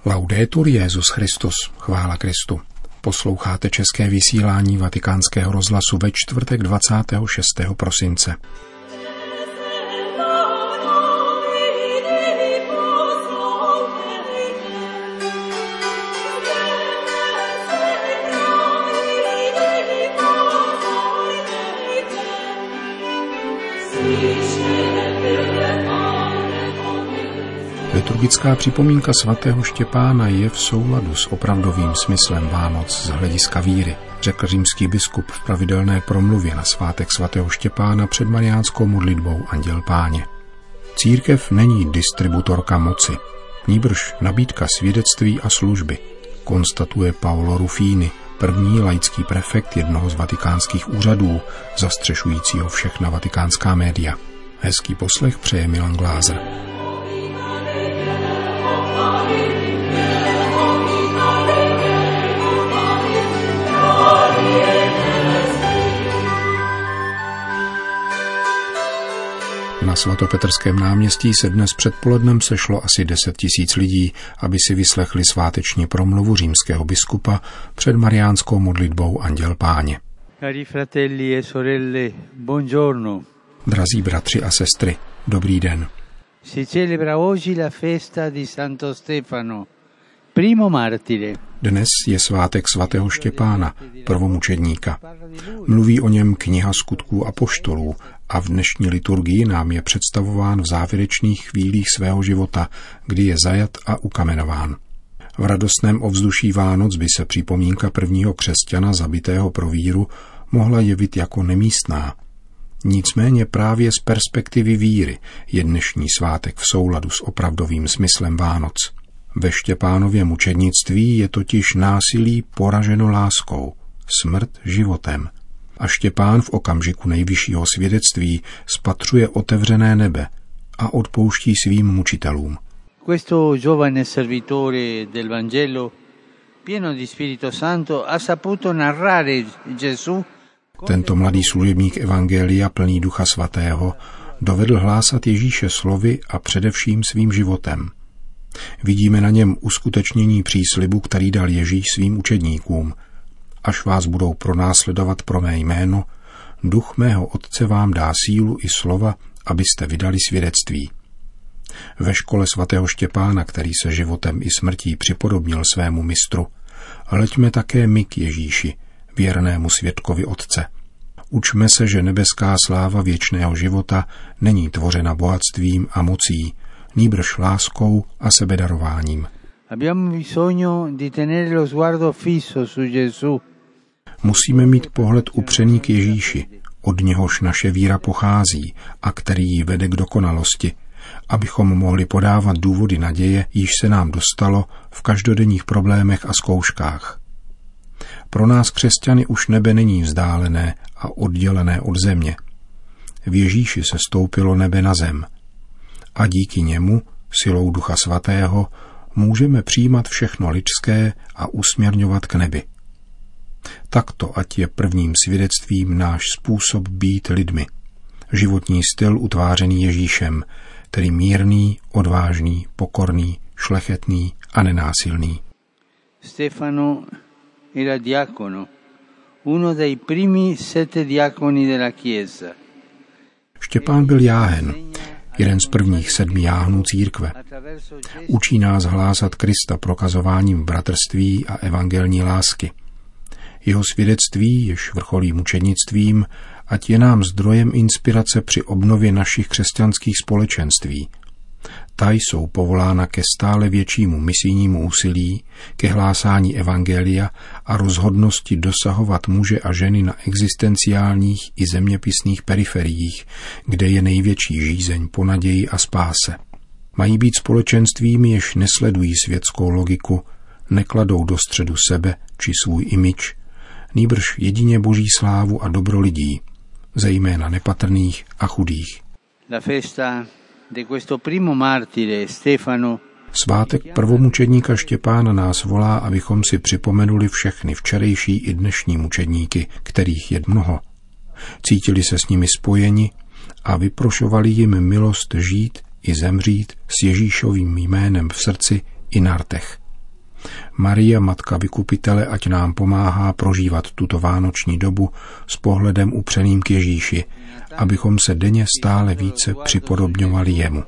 Laudetur Jesus Christus, chvála Kristu. Posloucháte české vysílání Vatikánského rozhlasu ve čtvrtek 26. prosince. Liturgická připomínka svatého Štěpána je v souladu s opravdovým smyslem Vánoc z hlediska víry, řekl římský biskup v pravidelné promluvě na svátek svatého Štěpána před mariánskou modlitbou Anděl Páně. Církev není distributorka moci, nýbrž nabídka svědectví a služby, konstatuje Paolo Ruffini, první laický prefekt jednoho z vatikánských úřadů, zastřešujícího všechna vatikánská média. Hezký poslech přeje Milan Glázer. Na svatopetrském náměstí se dnes předpolednem sešlo asi 10 000 lidí, aby si vyslechli sváteční promluvu římského biskupa před mariánskou modlitbou Anděl Páně. Cari fratelli e sorelle, buongiorno. Drazí bratři a sestry, dobrý den. Si celebra oggi la festa di Santo Stefano, primo martire. Dnes je svátek svatého Štěpána, prvomučedníka. Mluví o něm kniha Skutků apoštolů a v dnešní liturgii nám je představován v závěrečných chvílích svého života, kdy je zajat a ukamenován. V radostném ovzduší Vánoc by se připomínka prvního křesťana zabitého pro víru mohla jevit jako nemístná. Nicméně právě z perspektivy víry je dnešní svátek v souladu s opravdovým smyslem Vánoc. Ve Štěpánově mučednictví je totiž násilí poraženo láskou, smrt životem. A Štěpán v okamžiku nejvyššího svědectví spatřuje otevřené nebe a odpouští svým mučitelům. Questo giovane servitore del Vangelo, pieno di Spirito Santo, ha saputo narrare Gesù. Tento mladý služebník evangelia plný Ducha Svatého dovedl hlásat Ježíše slovy a především svým životem. Vidíme na něm uskutečnění příslibu, který dal Ježíš svým učedníkům. Až vás budou pronásledovat pro mé jméno, duch mého Otce vám dá sílu i slova, abyste vydali svědectví. Ve škole svatého Štěpána, který se životem i smrtí připodobnil svému mistru, hleďme také my k Ježíši, věrnému svědkovi Otce. Učme se, že nebeská sláva věčného života není tvořena bohatstvím a mocí, nýbrž láskou a sebedarováním. Musíme mít pohled upřený k Ježíši, od něhož naše víra pochází a který ji vede k dokonalosti, abychom mohli podávat důvody naděje, již se nám dostalo v každodenních problémech a zkouškách. Pro nás křesťany už nebe není vzdálené a oddělené od země. V Ježíši se stoupilo nebe na zem. A díky němu, silou Ducha Svatého, můžeme přijímat všechno lidské a usměrňovat k nebi. Takto ať je prvním svědectvím náš způsob být lidmi. Životní styl utvářený Ježíšem, tedy mírný, odvážný, pokorný, šlechetný a nenásilný. Stefano era diacono, uno dei primi 7 diaconi della Chiesa. Štěpán byl jáhen, jeden z prvních 7 jáhnů církve. Učí nás hlásat Krista prokazováním bratrství a evangelní lásky. Jeho svědectví, jež vrcholí mučednictvím, ať je nám zdrojem inspirace při obnově našich křesťanských společenství. Ta jsou povolána ke stále většímu misijnímu úsilí, ke hlásání evangelia a rozhodnosti dosahovat muže a ženy na existenciálních i zeměpisných periferiích, kde je největší žízeň po naději a spáse. Mají být společenstvím, jež nesledují světskou logiku, nekladou do středu sebe či svůj image, nýbrž jedině boží slávu a dobro lidí, zejména nepatrných a chudých. La festa de questo primo martire Stefano. Svátek prvomučedníka Štěpána nás volá, abychom si připomenuli všechny včerejší i dnešní mučedníky, kterých je mnoho. Cítili se s nimi spojeni a vyprošovali jim milost žít i zemřít s Ježíšovým jménem v srdci i na rtech. Maria, Matka Vykupitele, ať nám pomáhá prožívat tuto vánoční dobu s pohledem upřeným k Ježíši, abychom se denně stále více připodobňovali jemu.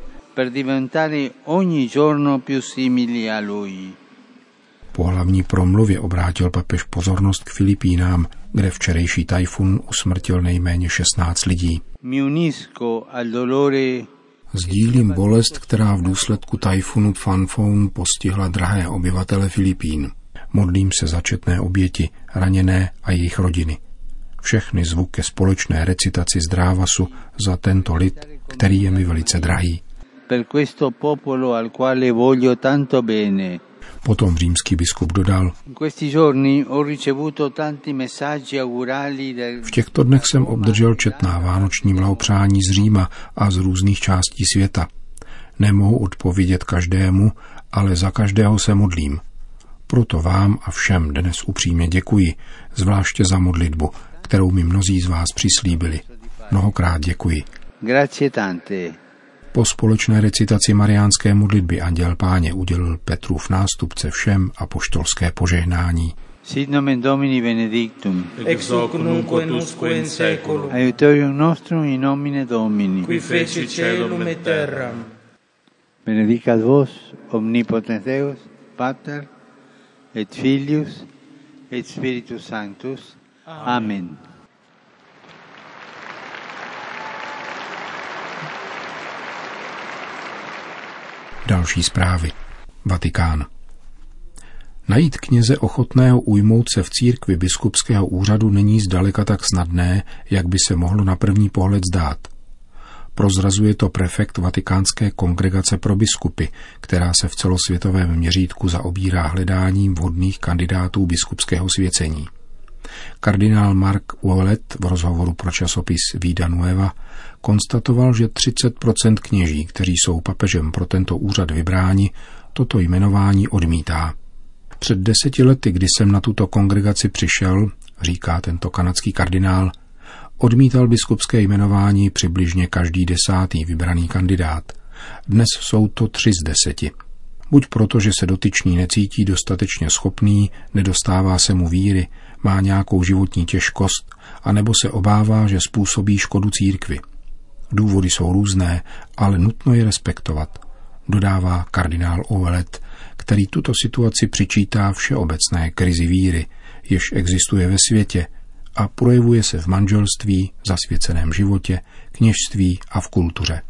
Po hlavní promluvě obrátil papež pozornost k Filipínám, kde včerejší tajfun usmrtil nejméně 16 lidí. Sdílím bolest, která v důsledku tajfunu Phanphone postihla drahé obyvatele Filipín. Modlím se za četné oběti, raněné a jejich rodiny. Všechny zvu ke společné recitaci zdrávasu za tento lid, který je mi velice drahý. Potom římský biskup dodal: v těchto dnech jsem obdržel četná vánoční blahopřání z Říma a z různých částí světa. Nemohu odpovědět každému, ale za každého se modlím. Proto vám a všem dnes upřímně děkuji, zvláště za modlitbu, kterou mi mnozí z vás přislíbili. Mnohokrát děkuji. Grazie tante. Po společné recitaci mariánské modlitby Anděl Páně udělil Petrův nástupce všem apoštolské požehnání. Sit nomen Domini benedictum. Ex hoc nunc et usque in seculum. Aiutorium nostrum in nomine Domini. Qui feci caelum et terram. Benedicat vos omnipotens Deus, Pater et Filius et Spiritus Sanctus. Amen. Další zprávy. Vatikán. Najít kněze ochotného ujmout se v církvi biskupského úřadu není zdaleka tak snadné, jak by se mohlo na první pohled zdát. Prozrazuje to prefekt Vatikánské kongregace pro biskupy, která se v celosvětovém měřítku zaobírá hledáním vhodných kandidátů biskupského svěcení. Kardinál Mark Ouellet v rozhovoru pro časopis Vida Nueva konstatoval, že 30% kněží, kteří jsou papežem pro tento úřad vybráni, toto jmenování odmítá. Před 10 lety, kdy jsem na tuto kongregaci přišel, říká tento kanadský kardinál, odmítal biskupské jmenování přibližně každý 10. vybraný kandidát. Dnes jsou to 3 z 10. Buď proto, že se dotyčný necítí dostatečně schopný, nedostává se mu víry, má nějakou životní těžkost, anebo se obává, že způsobí škodu církvi. Důvody jsou různé, ale nutno je respektovat, dodává kardinál Ouellet, který tuto situaci přičítá všeobecné krizi víry, jež existuje ve světě a projevuje se v manželství, zasvěceném životě, kněžství a v kultuře.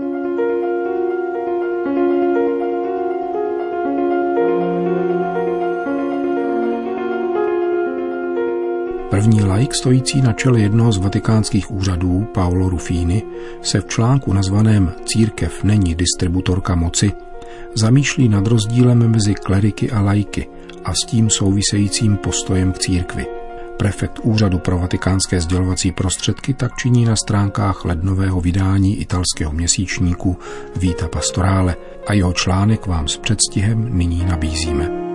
První laik stojící na čele jednoho z vatikánských úřadů, Paolo Ruffini, se v článku nazvaném Církev není distributorka moci zamýšlí nad rozdílem mezi kleriky a laiky a s tím souvisejícím postojem k církvi. Prefekt úřadu pro vatikánské sdělovací prostředky tak činí na stránkách lednového vydání italského měsíčníku Vita Pastorale a jeho článek vám s předstihem nyní nabízíme.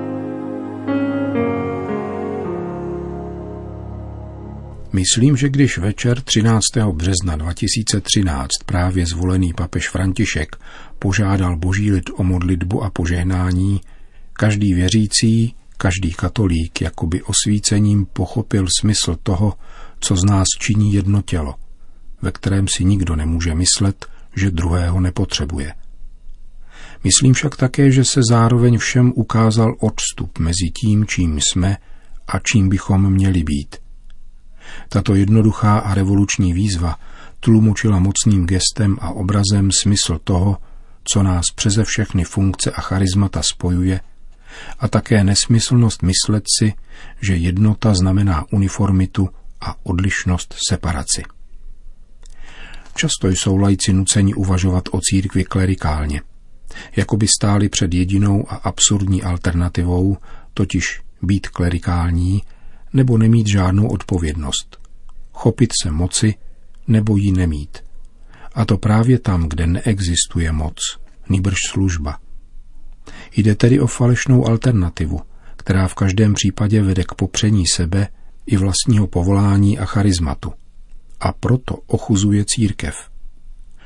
Myslím, že když večer 13. března 2013 právě zvolený papež František požádal boží lid o modlitbu a požehnání, každý věřící, každý katolík jakoby osvícením pochopil smysl toho, co z nás činí jedno tělo, ve kterém si nikdo nemůže myslet, že druhého nepotřebuje. Myslím však také, že se zároveň všem ukázal odstup mezi tím, čím jsme a čím bychom měli být. Tato jednoduchá a revoluční výzva tlumočila mocným gestem a obrazem smysl toho, co nás přeze všechny funkce a charismata spojuje, a také nesmyslnost myslet si, že jednota znamená uniformitu a odlišnost separaci. Často jsou laici nuceni uvažovat o církvi klerikálně, jako by stáli před jedinou a absurdní alternativou, totiž být klerikální nebo nemít žádnou odpovědnost, chopit se moci nebo ji nemít. A to právě tam, kde neexistuje moc, nýbrž služba. Jde tedy o falešnou alternativu, která v každém případě vede k popření sebe i vlastního povolání a charizmatu. A proto ochuzuje církev.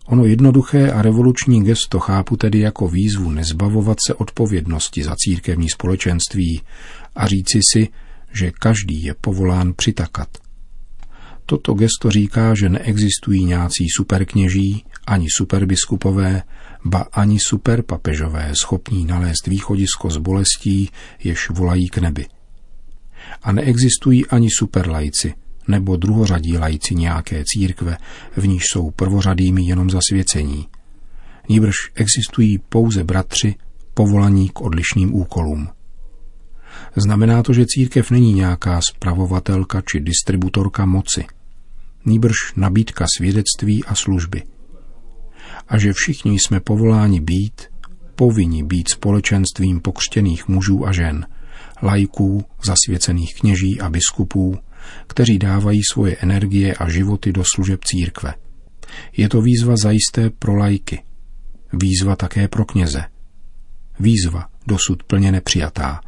Ono jednoduché a revoluční gesto chápu tedy jako výzvu nezbavovat se odpovědnosti za církevní společenství a říci si, že každý je povolán přitakat. Toto gesto říká, že neexistují nějací superkněží, ani superbiskupové, ba ani superpapežové schopní nalézt východisko z bolestí, jež volají k nebi. A neexistují ani superlaici, nebo druhořadí laici nějaké církve, v níž jsou prvořadými jenom zasvěcení. Nýbrž existují pouze bratři, povolaní k odlišným úkolům. Znamená to, že církev není nějaká spravovatelka či distributorka moci, nýbrž nabídka svědectví a služby. A že všichni jsme povoláni povinni být společenstvím pokřtěných mužů a žen, laiků, zasvěcených kněží a biskupů, kteří dávají svoje energie a životy do služeb církve. Je to výzva zajisté pro laiky, výzva také pro kněze, výzva dosud plně nepřijatá.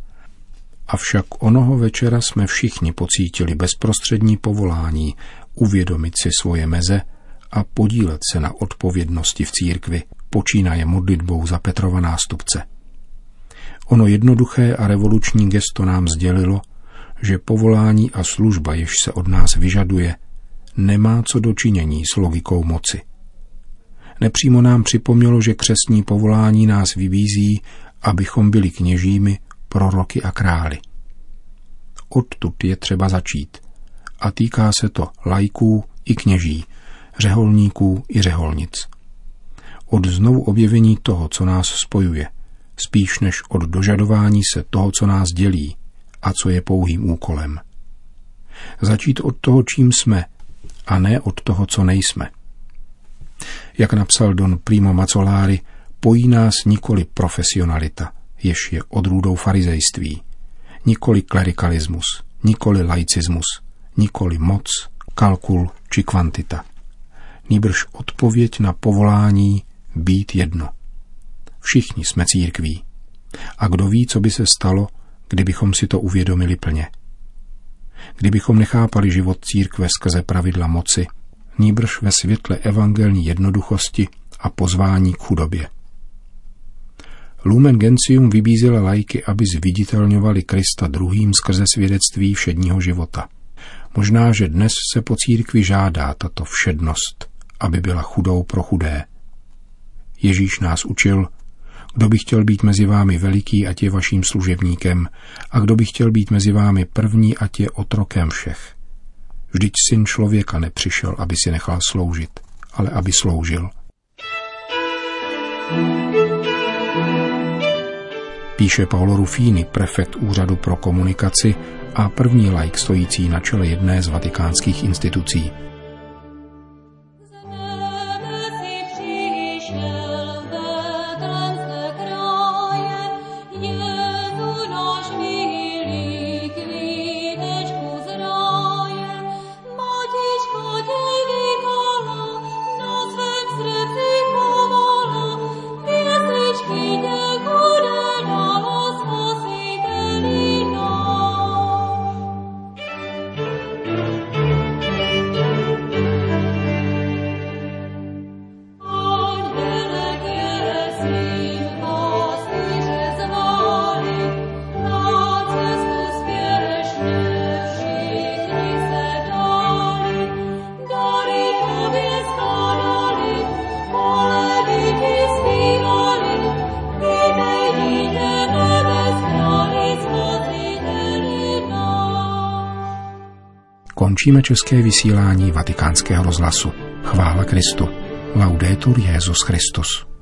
Avšak onoho večera jsme všichni pocítili bezprostřední povolání uvědomit si svoje meze a podílet se na odpovědnosti v církvi, počínaje modlitbou za Petrova nástupce. Ono jednoduché a revoluční gesto nám sdělilo, že povolání a služba, jež se od nás vyžaduje, nemá co dočinění s logikou moci. Nepřímo nám připomnělo, že křestní povolání nás vybízí, abychom byli kněžími, proroky a králi. Odtud je třeba začít. A týká se to laiků i kněží, řeholníků i řeholnic. Od znovu objevení toho, co nás spojuje, spíš než od dožadování se toho, co nás dělí a co je pouhým úkolem. Začít od toho, čím jsme, a ne od toho, co nejsme. Jak napsal Don Primo Mazzolari, pojí nás nikoli profesionalita, jež je odrůdou farizejství, nikoli klerikalismus, nikoli laicismus, nikoli moc, kalkul či kvantita. Nýbrž odpověď na povolání být jedno. Všichni jsme církví. A kdo ví, co by se stalo, kdybychom si to uvědomili plně. Kdybychom nechápali život církve skrze pravidla moci, nýbrž ve světle evangelní jednoduchosti a pozvání k chudobě. Lumen Gentium vybízela laiky, aby zviditelňovali Krista druhým skrze svědectví všedního života. Možná, že dnes se po církvi žádá tato všednost, aby byla chudou pro chudé. Ježíš nás učil, kdo by chtěl být mezi vámi veliký, ať je vaším služebníkem, a kdo by chtěl být mezi vámi první, ať je otrokem všech. Vždyť Syn člověka nepřišel, aby si nechal sloužit, ale aby sloužil. Píše Paolo Ruffini, prefekt úřadu pro komunikaci a první laik stojící na čele jedné z vatikánských institucí. Končíme české vysílání Vatikánského rozhlasu. Chvála Kristu. Laudetur Jesus Christus.